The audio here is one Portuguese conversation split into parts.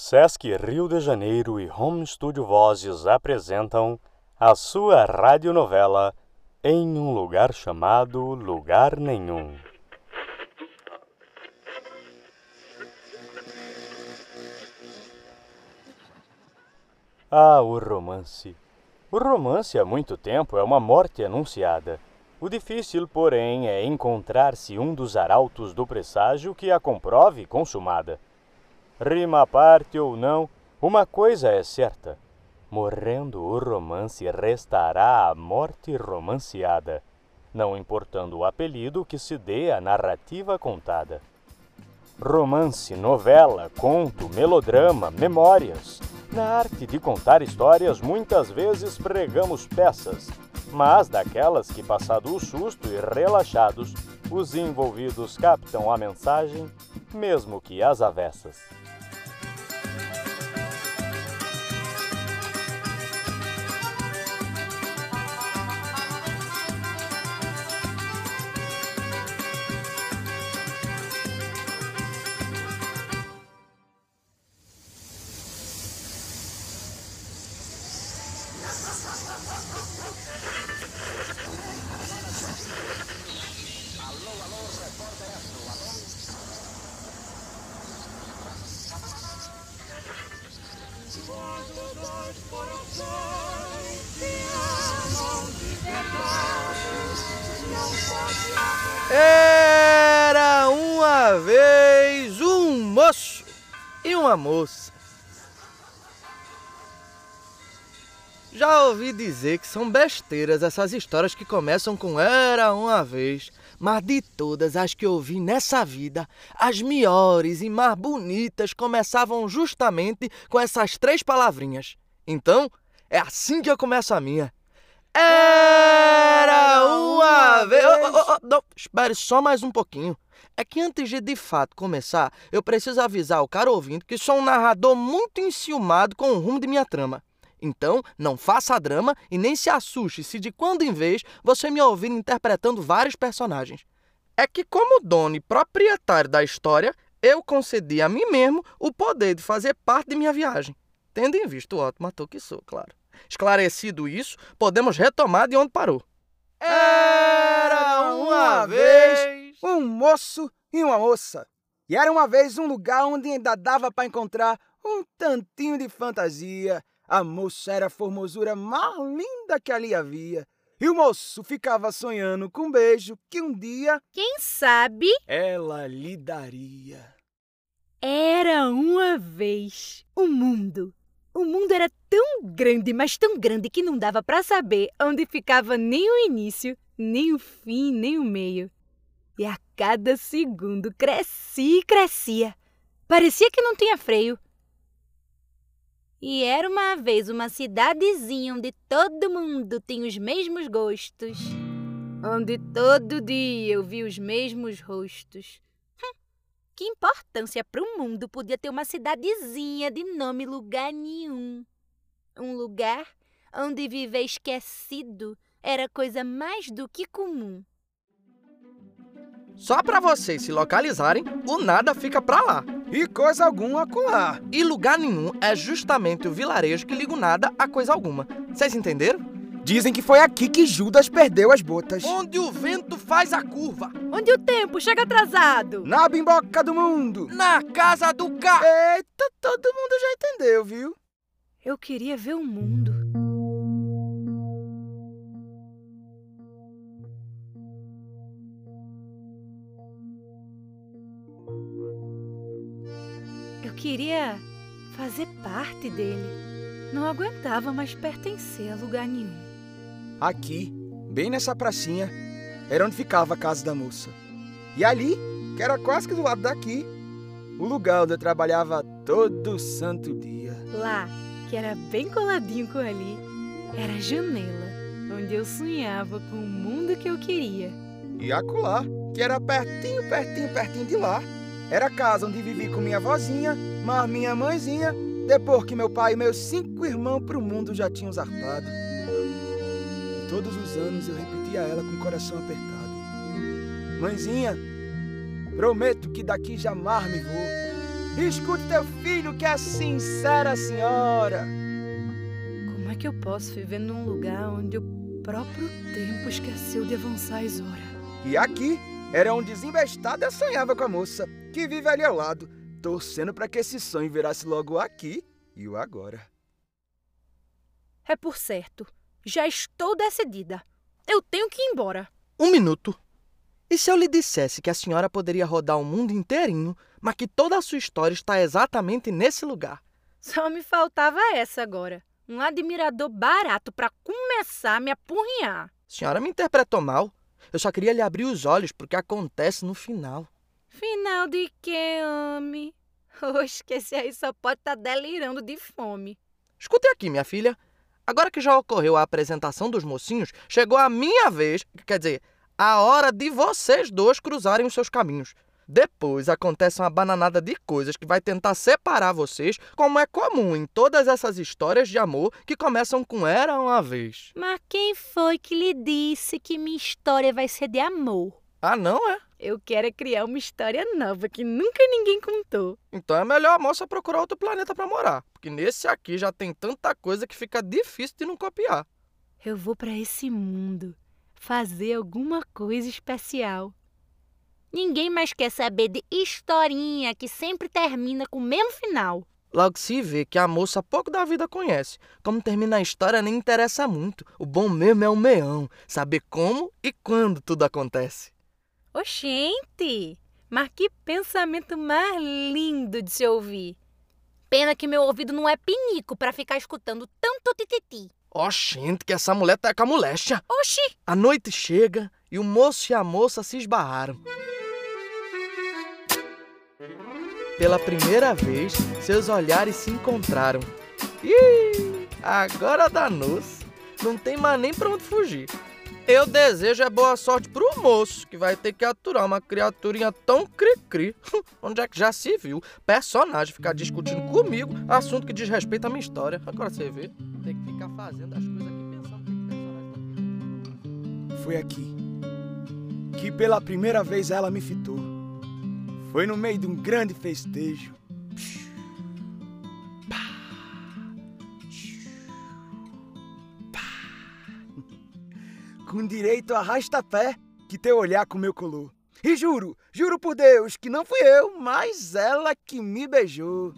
Sesc Rio de Janeiro e Home Studio Vozes apresentam a sua radionovela Em um Lugar Chamado Lugar Nenhum. Ah, o romance. O romance há muito tempo é uma morte anunciada. O difícil, porém, é encontrar-se um dos arautos do presságio que a comprove consumada. Rima à parte ou não, uma coisa é certa. Morrendo o romance, restará a morte romanceada, não importando o apelido que se dê à narrativa contada. Romance, novela, conto, melodrama, memórias. Na arte de contar histórias, muitas vezes pregamos peças, mas daquelas que, passado o susto e relaxados, os envolvidos captam a mensagem, mesmo que às avessas. Era uma vez um moço e uma moça. Já ouvi dizer que são besteiras essas histórias que começam com era uma vez, mas de todas as que ouvi nessa vida, as melhores e mais bonitas começavam justamente com essas 3 palavrinhas. Então, é assim que eu começo a minha. Era uma vez... Não, espere só mais um pouquinho. É que antes de fato começar, eu preciso avisar o cara ouvinte que sou um narrador muito enciumado com o rumo de minha trama. Então, não faça drama e nem se assuste se de quando em vez você me ouvir interpretando vários personagens. É que como dono e proprietário da história, eu concedi a mim mesmo o poder de fazer parte de minha viagem. Tendo em vista o ótimo ator que sou, claro. Esclarecido isso, podemos retomar de onde parou. Era uma vez um moço e uma moça. E era uma vez um lugar onde ainda dava para encontrar um tantinho de fantasia. A moça era a formosura mais linda que ali havia. E o moço ficava sonhando com um beijo que um dia, quem sabe, ela lhe daria. Era uma vez um mundo. O mundo era tão grande, mas tão grande que não dava para saber onde ficava nem o início, nem o fim, nem o meio. E a cada segundo crescia e crescia. Parecia que não tinha freio. E era uma vez uma cidadezinha onde todo mundo tem os mesmos gostos. Onde todo dia eu vi os mesmos rostos. Que importância para o mundo podia ter uma cidadezinha de nome Lugar Nenhum? Um lugar onde viver esquecido era coisa mais do que comum. Só para vocês se localizarem, o nada fica pra lá. E coisa alguma acolá. E lugar nenhum é justamente o vilarejo que liga o nada a coisa alguma. Vocês entenderam? Dizem que foi aqui que Judas perdeu as botas. Onde o vento faz a curva. Onde o tempo chega atrasado. Na bimboca do mundo. Na casa do carro. Eita, todo mundo já entendeu, viu? Eu queria ver o mundo. Eu queria fazer parte dele. Não aguentava mais pertencer a lugar nenhum. Aqui, bem nessa pracinha, era onde ficava a casa da moça. E ali, que era quase que do lado daqui, o lugar onde eu trabalhava todo santo dia. Lá, que era bem coladinho com ali, era a janela, onde eu sonhava com o mundo que eu queria. E acolá, que era pertinho de lá, era a casa onde vivi com minha vozinha, mas minha mãezinha, depois que meu pai e meus 5 irmãos pro mundo já tinham zarpado. E todos os anos eu repetia a ela com o coração apertado. Mãezinha, prometo que daqui jamais me vou. Escute teu filho que é sincera, senhora. Como é que eu posso viver num lugar onde o próprio tempo esqueceu de avançar as horas? E aqui era um desembestado eu sonhava com a moça, que vive ali ao lado, torcendo para que esse sonho virasse logo o aqui e o agora. É por certo. Já estou decidida. Eu tenho que ir embora. 1 minuto. E se eu lhe dissesse que a senhora poderia rodar o mundo inteirinho, mas que toda a sua história está exatamente nesse lugar? Só me faltava essa agora. Um admirador barato para começar a me apurrinhar. A senhora me interpretou mal. Eu só queria lhe abrir os olhos para o que acontece no final. Final de quê, homem? Oxe, que esse aí só pode estar delirando de fome. Escute aqui, minha filha. Agora que já ocorreu a apresentação dos mocinhos, chegou a minha vez, quer dizer, a hora de vocês dois cruzarem os seus caminhos. Depois acontece uma bananada de coisas que vai tentar separar vocês, como é comum em todas essas histórias de amor que começam com era uma vez. Mas quem foi que lhe disse que minha história vai ser de amor? Ah, não é? Eu quero criar uma história nova que nunca ninguém contou. Então é melhor a moça procurar outro planeta para morar, porque nesse aqui já tem tanta coisa que fica difícil de não copiar. Eu vou para esse mundo fazer alguma coisa especial. Ninguém mais quer saber de historinha que sempre termina com o mesmo final. Logo se vê que a moça pouco da vida conhece. Como termina a história nem interessa muito. O bom mesmo é o meão, saber como e quando tudo acontece. Oxente, mas que pensamento mais lindo de se ouvir. Pena que meu ouvido não é pinico para ficar escutando tanto tititi. Oxente, que essa mulher tá com a moléstia. Oxi! A noite chega e o moço e a moça se esbarraram. Pela primeira vez, seus olhares se encontraram. Ih, agora danou-se. Não tem mais nem pra onde fugir. Eu desejo boa sorte pro moço, que vai ter que aturar uma criaturinha tão cri-cri. Onde é que já se viu personagem ficar discutindo comigo assunto que diz respeito à minha história? Agora você vê, tem que ficar fazendo as coisas aqui pensando que personagem tá... Foi aqui que pela primeira vez ela me fitou. Foi no meio de um grande festejo. Com direito a arrasta-pé que teu olhar com meu colou. E juro por Deus que não fui eu, mas ela que me beijou.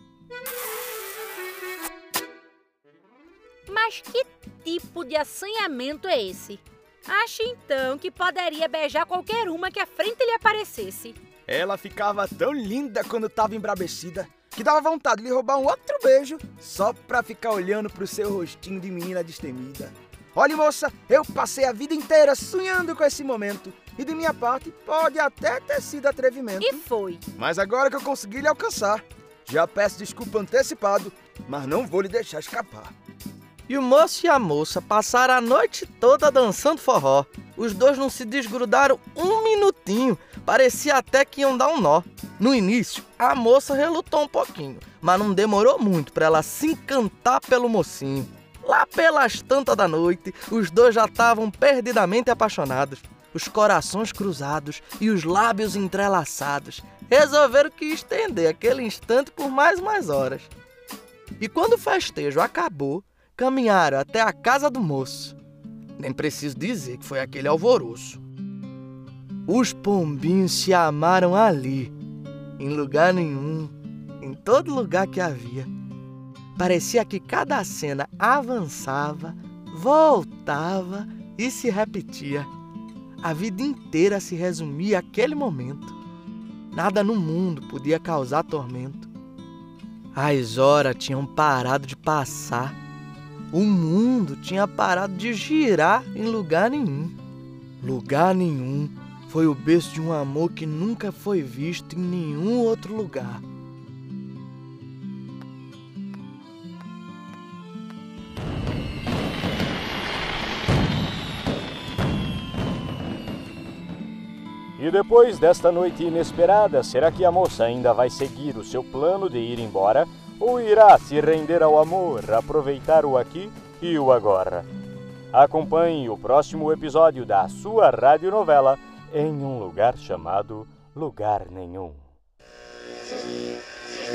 Mas que tipo de assanhamento é esse? Acho então que poderia beijar qualquer uma que à frente lhe aparecesse. Ela ficava tão linda quando tava embravecida que dava vontade de lhe roubar um outro beijo só pra ficar olhando pro seu rostinho de menina destemida. Olha, moça, eu passei a vida inteira sonhando com esse momento. E de minha parte, pode até ter sido atrevimento. E foi. Mas agora que eu consegui lhe alcançar, já peço desculpa antecipado, mas não vou lhe deixar escapar. E o moço e a moça passaram a noite toda dançando forró. Os dois não se desgrudaram um minutinho. Parecia até que iam dar um nó. No início, a moça relutou um pouquinho, mas não demorou muito para ela se encantar pelo mocinho. Lá pelas tantas da noite, os dois já estavam perdidamente apaixonados. Os corações cruzados e os lábios entrelaçados. Resolveram que estender aquele instante por mais umas horas. E quando o festejo acabou, caminharam até a casa do moço. Nem preciso dizer que foi aquele alvoroço. Os pombinhos se amaram ali, em lugar nenhum, em todo lugar que havia. Parecia que cada cena avançava, voltava e se repetia. A vida inteira se resumia àquele momento. Nada no mundo podia causar tormento. As horas tinham parado de passar. O mundo tinha parado de girar em lugar nenhum. Lugar nenhum foi o berço de um amor que nunca foi visto em nenhum outro lugar. E depois desta noite inesperada, será que a moça ainda vai seguir o seu plano de ir embora? Ou irá se render ao amor, aproveitar o aqui e o agora? Acompanhe o próximo episódio da sua radionovela Em um Lugar Chamado Lugar Nenhum.